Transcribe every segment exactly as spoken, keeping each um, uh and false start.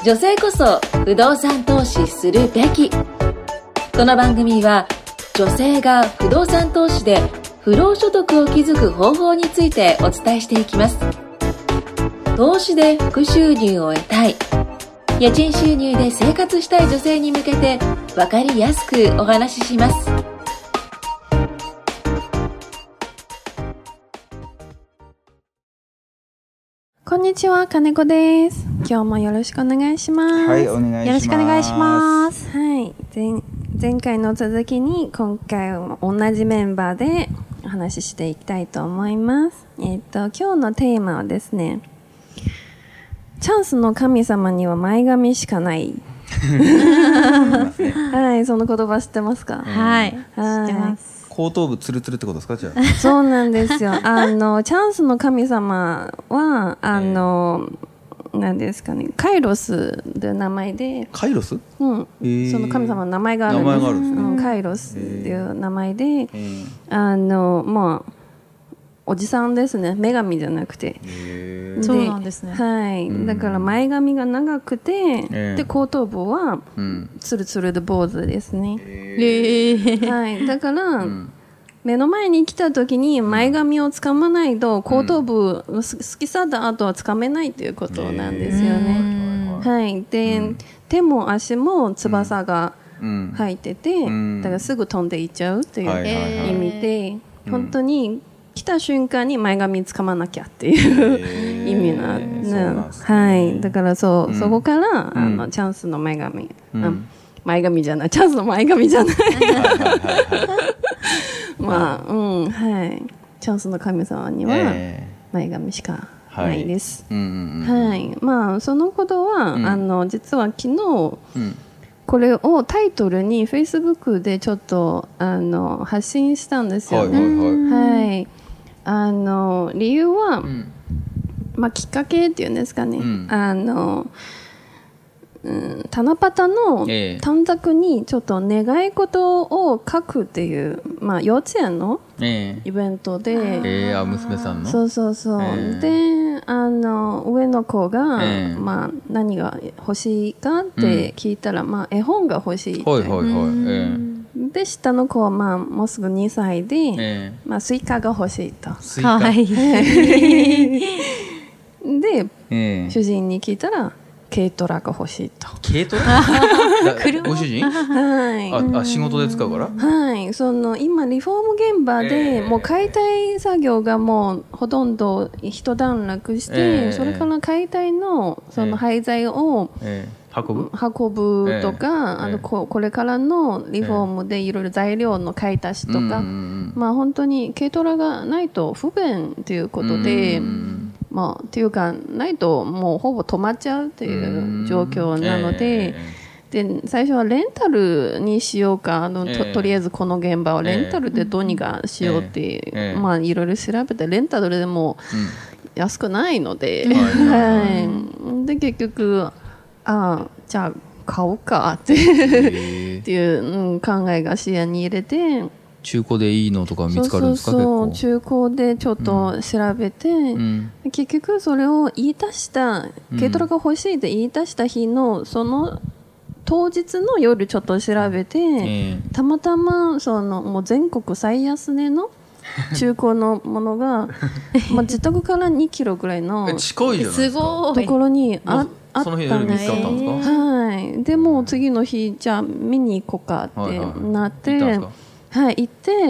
女性こそ不動産投資するべき。この番組は女性が不動産投資で不労所得を築く方法についてお伝えしていきます。投資で副収入を得たい、家賃収入で生活したい女性に向けて分かりやすくお話しします。 こんにちは、金子です。今日もよろしくお願いします。 はい、お願いします。 よろしくお願いします。 はい、前, 前回の続きに今回も同じメンバーでお話ししていきたいと思います。えっと今日のテーマはですね、チャンスの神様には前髪しかないはい、その言葉知ってますか？ はい、 はい、 知ってます。 後頭部ツルツルってことですか？じゃあそうなんですよ。あのチャンスの神様はあの、えー、何ですかね、カイロスという名前で、 カイロス？ うん、 えー、 その神様の名前があるんです。 名前があるんですね。 うん、カイロスという名前で、 えー、 あのまあおじさんですね、女神じゃなくて。 えー、 そうなんですね。 はい、だから前髪が長くて、 えー、 で後頭部はツルツルで坊主ですね。 えー、 はい、だから、うん、目の前に来た時に前髪をつかまないと後頭部好きさだ後はつかめないということなんですよね。はい、で、うん、手も足も翼が生えてて、うん、だからすぐ飛んでいっちゃうという意味で、うん、本当に来た瞬間に前髪つかまなきゃっていう意味なん、ね、はい、だからそう、うん、そこからあのチャンスの前髪、うん、前髪じゃない、チャンスの前髪じゃないまあ、うん、はい、チャンスの神様には前髪しかないです。はい、はい、まあそのことは、うん、あの実は昨日、うん、これをタイトルに Facebook でちょっとあの発信したんですよね。はいはいはい、はい、あの理由は、うん、まあきっかけっていうんですかね、うん、あのうん、七夕の短冊にちょっと願い事を書くっていう、まあ、幼稚園のイベントで、えーえー、あ娘さんのそうそうそう、えー、であの上の子が、えーまあ、何が欲しいかって聞いたら、うんまあ、絵本が欲しいって、はいはいはいえー、で下の子は、まあ、もうすぐにさいで、えーまあ、スイカが欲しいと。 スイカかわいいで、 えー、主人に聞いたら軽トラが欲しいと。 軽トラご主人、はい、ああ仕事で使うから、 はい、その今リフォーム現場で、えー、もう解体作業がもうほとんど一段落して、えー、それから解体のその廃材を、えー、運ぶ運ぶとか、えー、あの こ, これからのリフォームでいろいろ材料の買い足しとか、えー、まあ本当に軽トラがないと不便ということで、うんまあ、っていうかないともうほぼ止まっちゃうっていう状況なので、えー、で最初はレンタルにしようかあの、えー、と, とりあえずこの現場をレンタルでどうにかしようって、えー、まあいろいろ調べてレンタルでも安くないので、うんはい、で結局あじゃあ買おうかってっていう、うん、考えが視野に入れて中古でいいのとか見つかるんですか？ そうそうそう結構中古でちょっと調べて、うん、結局それを言い出した軽トラが欲しいって言い出した日のその当日の夜ちょっと調べて、えー、たまたまそのもう全国最安値の中古のものがまあ自宅からにキロぐらいの近いじゃないですかところにああったんですよ。 はい、 でもう次の日じゃあ見に行こうかってなって、はいはいはい、行って、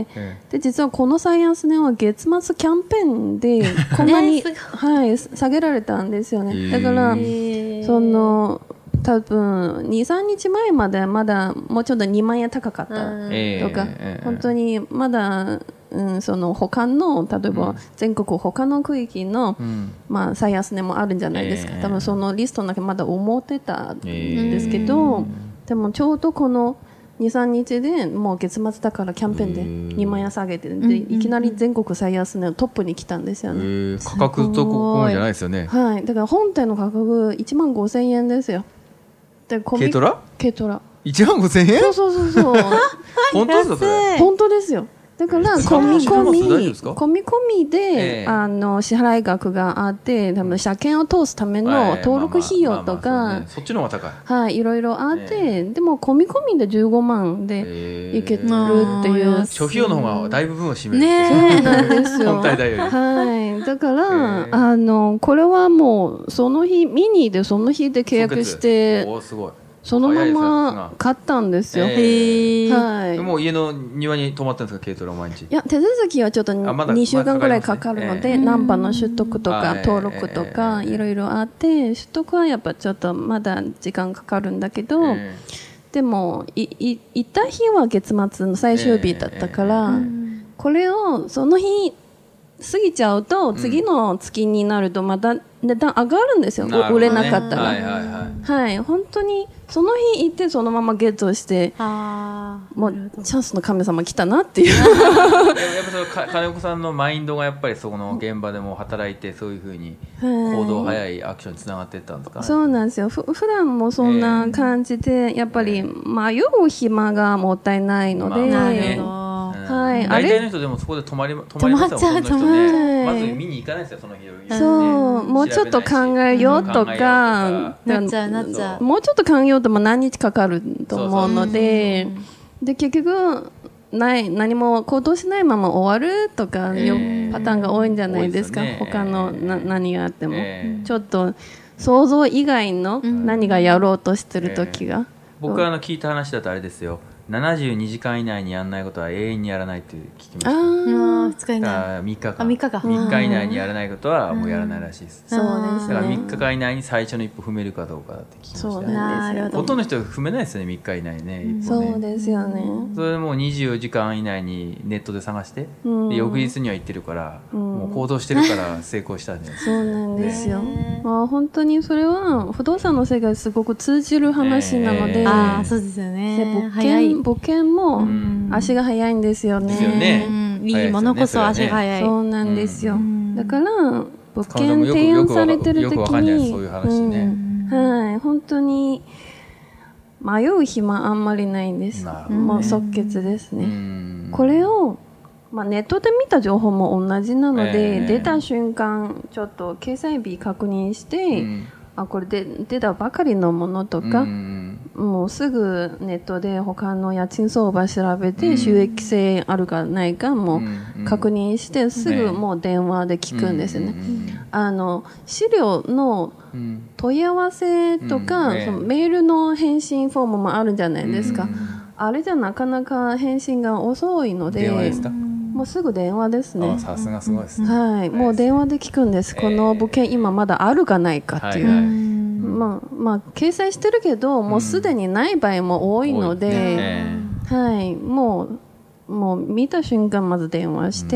ええ、で実はこの最安値は月末キャンペーンでこんなに、はい、下げられたんですよね。だからその多分 にさんにちまえまでまだもうちょっとにまんえん高かったとか、えー、本当にまだ、うん、その他の例えば全国他の区域の、うんまあ、最安値もあるんじゃないですか、えー、多分そのリストの中まだ思ってたんですけど、えー、でもちょうどこのにさんにちでもう月末だからキャンペーンでにまんえん下げて、でいきなり全国最安値のトップに来たんですよね。 価格とここじゃないですよね。 はい、だから本体の価格いちまんごせんえんですよ。で軽トラ軽トラいちまんごせんえんそうそうそうそう本当ですかそれ？ 本当ですよ。 だから込み込み込み込みで、えー、あの支払い額があって、多分車検を通すための登録費用とか、 そっちの方が高い。 はい、いろいろあって、えー、でも込み込みでじゅうごまんでいけるっていう、えー、 諸費用の方が大部分を占める、 ね、そうなんですよ。 本体代より。 はい、だから、えー、あのこれはもうその日ミニでその日で契約して、 おすごい。 そのまま買ったんですよ。 えーはい、もう家の庭に泊まったんですか、軽トラ毎日。 いや、手続きはちょっとにしゅうかんくらいかかるので、ナンバーの取得とか登録とかいろいろあって、取得はやっぱちょっとまだ時間かかるんだけど、えー、でもいい行った日は月末の最終日だったから、えーえー、これをその日過ぎちゃうと次の月になるとまた値段上がるんですよ、うん、売れなかったら、はいはいはいはい、本当にその日行ってそのままゲットして、あもうチャンスの神様来たなっていうやっぱその金子さんのマインドがやっぱりそこの現場でも働いてそういうふうに行動早いアクションにつながっていったんですかね。 そうなんですよ。ふ普段もそんな感じで、えー、やっぱり迷う暇がもったいないので、まあね、はい、 大体の人でもそこで泊まり泊まりますよ、ほとんどの人ね。まず見に行かないですよ、その日より。 そう、もうちょっと考えようとか、 なっちゃうなっちゃう。 もうちょっと考えようとも何日かかると思うので、そうそう、で結局ない何も行動しないまま終わるとかいうパターンが多いんじゃないですか。えー、他のな何があっても、えー、ちょっと想像以外の何がやろうとしてる時が。えー、 僕はあの聞いた話だとあれですよ。ななじゅうにじかん以内にやらないことは永遠にやらないって聞きました。ああ、ふつか以内。 みっかかん。 あ、みっかか。 みっか以内にやらないことはもうやらないらしいです。 そうですね。 だからみっかかん以内に最初の一歩踏めるかどうかって聞きました。 そうなんですよ。 ほとんどの人は踏めないですよね、みっか以内ね、一歩ね。 そうですよね。 それでもうにじゅうよじかん以内にネットで探して、で翌日には行ってるから、もう行動してるから成功したんじゃないですか。 そうなんですよ。まあ本当にそれは不動産の世界すごく通じる話なので、 ああ、そうですよね。 物件物件も足が早いんですよね。 ですよね。 いいものこそ足が早い。 そうなんですよ。だから物件提案されてる時に、 そういう話ね。 はい、本当に迷う暇あんまりないんです。もう即決ですね。これをまあ、ネットで見た情報も同じなので、えー、出た瞬間ちょっと掲載日確認して、うん、あこれで出たばかりのものとか、うん、もうすぐネットで他の家賃相場調べて、うん、収益性あるかないかも確認して、うん、すぐもう電話で聞くんですね、うん、あの資料の問い合わせとか、うん、そのメールの返信フォームもあるんじゃないですか、うん、あれじゃなかなか返信が遅いので、 電話ですか？ もうすぐ電話ですね。 さすがすごいですね。 はい、もう電話で聞くんです。この物件今まだあるかないかっていう。はいはい、まあまあ掲載してるけど、もうすでにない場合も多いので、ね、はい、もうもう見た瞬間まず電話して、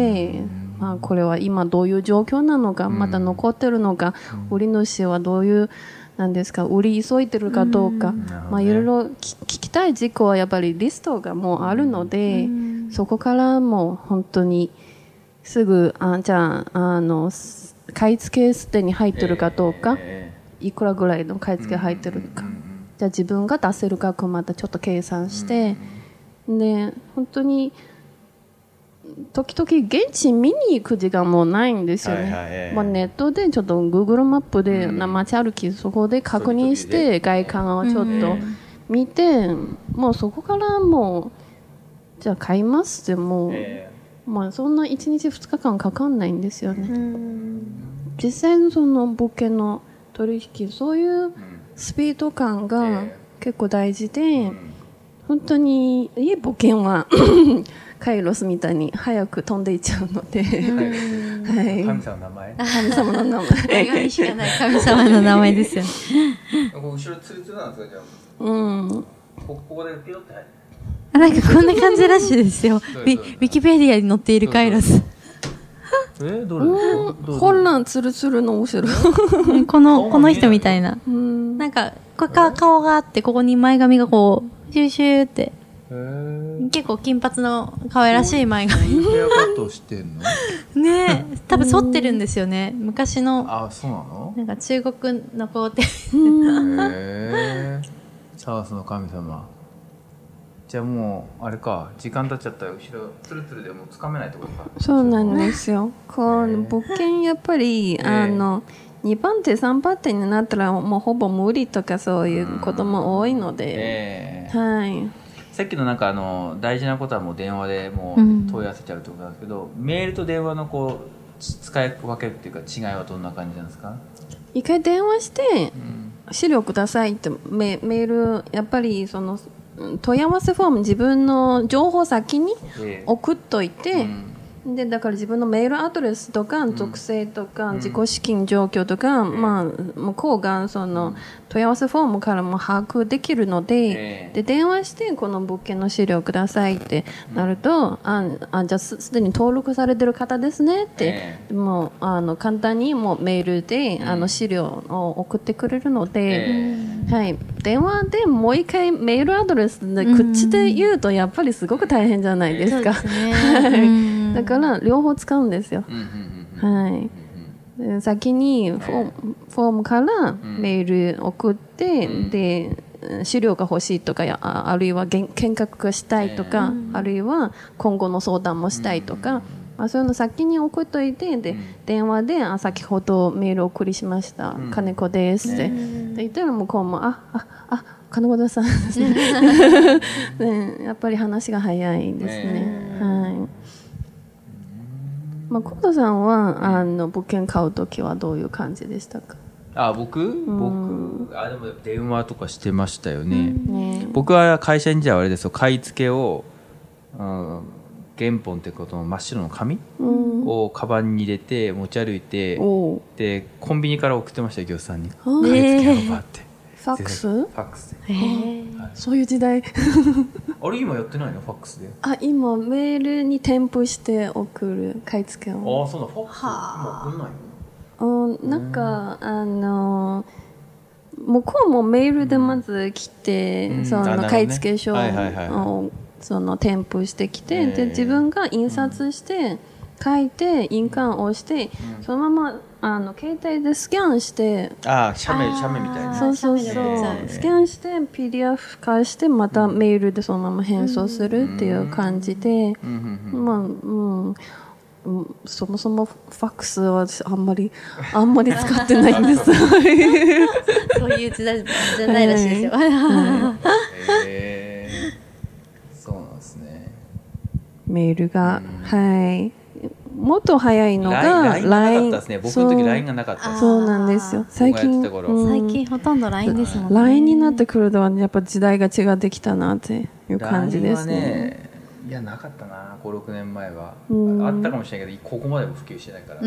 まあこれは今どういう状況なのか、まだ残ってるのか、売り主はどういうなんですか、売り急いでるかどうか、まあいろいろ聞きたい事項はやっぱりリストがもうあるので。そこからもう本当にすぐあじゃあ、あの買い付けすでに入ってるかどうか、えー、いくらぐらいの買い付け入ってるか、うんうんうん、じゃあ自分が出せる額またちょっと計算して、うんうん、で本当に時々現地見に行く時間もないんですよね、はいはいはい、まあ、ネットでちょっと Google マップで、うん、街歩きそこで確認して外観をちょっと見て、うん、もうそこからもうじゃあ買いますってもう、えーまあ、そんないちにちふつかかんかかんないんですよね。実際のその物件の取引そういうスピード感が結構大事で、えー、本当にいい物件はカイロスみたいに早く飛んでいっちゃうので、はい、 神様の名前神様の名前知らない神様の名前ですよね。 後ろツルツルなんですか？じゃあ、 うん、 ここでピヨって入る。 あ、なんかこんな感じらしいですよ。ウィキペディアに載っているカイロス。 えー、どれですか？ 本欄ツルツルの後ろ。 このこの人みたいな。なんかここ顔があってここに前髪がこうシューシューって。結構金髪の可愛らしい前髪。 ヘアカットしてんの？ ねえ、多分剃ってるんですよね。昔の。 あ、そうなの？ なんか中国の皇帝。へえ。サースの神様。 じゃあもうあれか、時間経っちゃったら後ろツルツルでもうつかめないってことか。 そうなんですよ。この物件やっぱり、えー、あのにばん手さんばん手になったらもうほぼ無理とかそういうことも多いので、 えー、 はい。 さっきのなんかあの大事なことはもう電話でもう問い合わせちゃうってことなんですけど、うん、メールと電話のこう使い分けるっていうか違いはどんな感じなんですか？ 一回電話して、うん、資料くださいって メ, メールやっぱりその問い合わせフォーム自分の情報先に送っといて、えーうんでだから自分のメールアドレスとか属性とか、うん、自己資金状況とか、うんまあ、向こうがその問い合わせフォームからも把握できるので、えー、で電話してこの物件の資料くださいってなると、うん、ああじゃあすでに登録されてる方ですねって、えー、もうあの簡単にもうメールで、うん、あの資料を送ってくれるので、えーはい、電話でもう一回メールアドレスで口で言うとやっぱりすごく大変じゃないですか。そうですねだから両方使うんですよ。はい。で先にフォーム、フォームからメール送って、うん、で資料が欲しいとかあ、あるいは見学がしたいとか、うん、あるいは今後の相談もしたいとか、うんまあ、そういうの先に送っといてで、うん、電話であ先ほどメールを送りしました、うん、金子ですって、うん、で言ったら向こうもあああ金子さんですねねやっぱり話が早いですね。はいまあ、コウタさんはあの物件買うときはどういう感じでしたか？ あ僕、うん、僕あでも電話とかしてましたよね。うんね僕は会社にじゃああれですよ買い付けを、うん、原本ってことの真っ白の紙、うん、をカバンに入れて持ち歩いてでコンビニから送ってましたよ業者さんに買い付けをバって、えーファックス？ ファックスで、 えーはい、そういう時代あれ今やってないのファックスで？ あ今メールに添付して送る買い付けを。 ああそうだファックス今送んないの？うんなんかあの向こうもメールでまず来て、うん、その買い付け書をその添付してきて、で自分が印刷して書いて印鑑を押して、うん、そのままあの携帯でスキャンしてああ写メ写メみたいなそうそうそうスキャンして ピーディーエフ 化してまたメールでそのまま返送するっていう感じで、うん、まあうんそもそもファックスは私あんまりあんまり使ってないんですそういう時代じゃないらしいですよ、はいはいえー、そうなんですねメールが、はいもっと早いのがライン なかったですね。僕の時 ライン がなかったです。 そうなんですよ。最近、 うん、最近ほとんど ライン ですもんね。 ライン になってくるとやっぱ時代が違ってきたなっていう感じですね。 ライン はねいやなかったなご、ろくねんまえは、うん、あったかもしれないけどここまでも普及してないから、うん、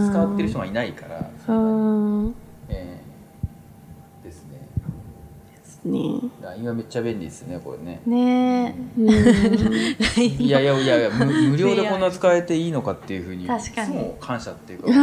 使ってる人がいないから、うんえー、ですね。 ね、 ライン はめっちゃ便利ですねこれね。 ねえ、うん、 いやいやいやいや 無, 無料でこんな使えていいのかっていうふうに確かにもう感謝っていうか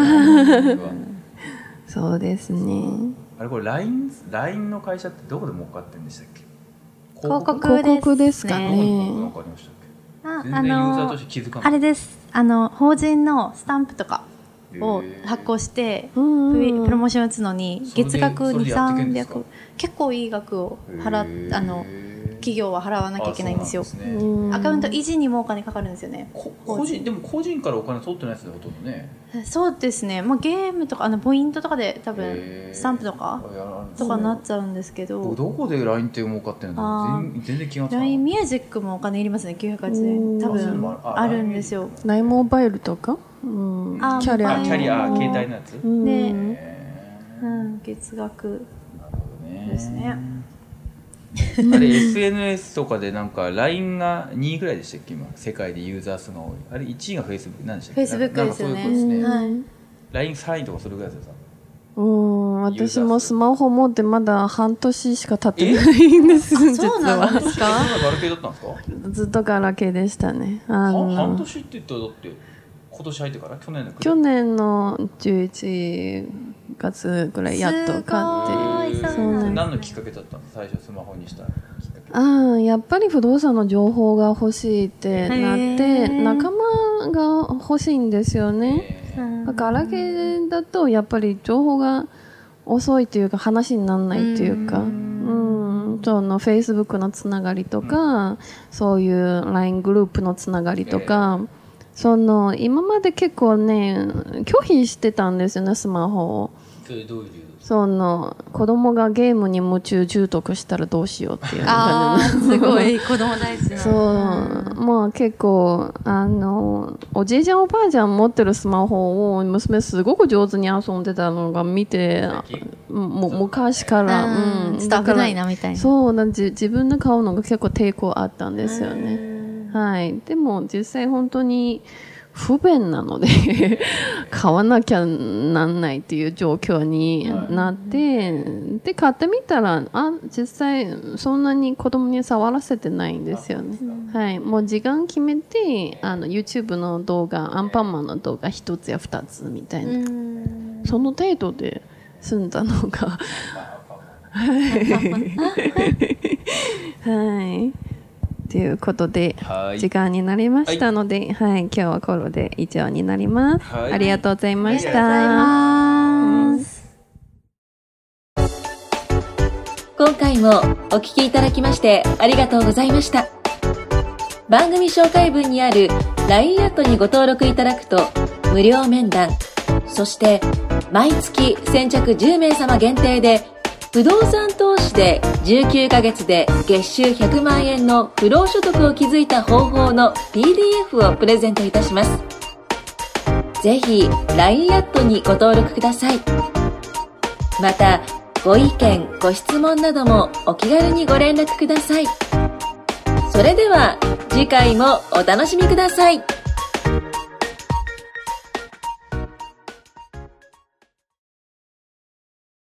そうですね。 あれこれ ライン, ライン の会社ってどこで儲かってるんでしたっけ？ 広告広告ですかね。 何かありましたっけ？あ全然ユーザーとして気づかない。 あれですあの法人のスタンプとかを発行してプロモーション打つのに月額にせんさんびゃく結構いい額を払っあの企業は払わなきゃいけないんですよ。ね、アカウント維持にもお金かかるんですよね。 個人でも個人からお金取ってないやつでほとんどね。 そうですね、まあ、ゲームとかあのポイントとかで多分スタンプとかとかなっちゃうんですけどどこで ライン って儲かってるの全, 全然気がつかない。 ライン ミュージックもお金いりますねきゅうひゃくはちえん多分あるんですよ。 ライン モバイルとか、うん、 あキャリアキャリア携帯のやつで、 うん、月額ですね。 あれ エスエヌエス とかでなんか ライン がにいぐらいでしたっけ今世界でユーザー数が多い。あれいちいが Facebook なんでしたっけ？ Facebook ですよね。 そういうことですね、 はい、 ラインさんいとかそれぐらいですよ。 うん私もスマホ持ってまだ半年しか経ってないんです実は。 そうなんですか？ ガラケーだったんですか？ ずっとガラケーでしたね。 あの半年って言ったらだって今年入ってから去年の去年のじゅういちがつぐらいやっと買って。 そうなん何のきっかけだったの？最初スマホにしたきっかけ。 ああやっぱり不動産の情報が欲しいってなって仲間が欲しいんですよね。ガラケーだとやっぱり情報が遅いというか話にならないというか、うん、 その Facebook のつながりとか、うん、そういう ライン グループのつながりとか、えー、その今まで結構ね拒否してたんですよね、スマホを。 それどういうその子供がゲームに夢中中毒したらどうしようっていうあすごい子供大好きなそう、うん、まあ結構あのおじいちゃんおばあちゃん持ってるスマホを娘すごく上手に遊んでたのが見ても昔から、 うん、ちょっと危ないなみたいな。 そうなんじ自分で買うのが結構抵抗あったんですよね。はい、でも実際本当に不便なので買わなきゃなんないっていう状況になって、で買ってみたらあ実際そんなに子供に触らせてないんですよね。はい、もう時間決めてあの YouTube の動画アンパンマンの動画一つや二つみたいなその程度で済んだのがはいということで時間になりましたので、はいはい、今日はこれで以上になります、はい、ありがとうございました。 ありがとうございます。 今回もお聞きいただきましてありがとうございました。番組紹介文にある ライン アットにご登録いただくと無料面談、そして毎月先着じゅうめいさま限定で不動産投資でじゅうきゅうかげつで月収ひゃくまんえんの不労所得を築いた方法の ピーディーエフ をプレゼントいたします。ぜひ ライン アットにご登録ください。またご意見ご質問などもお気軽にご連絡ください。それでは次回もお楽しみください。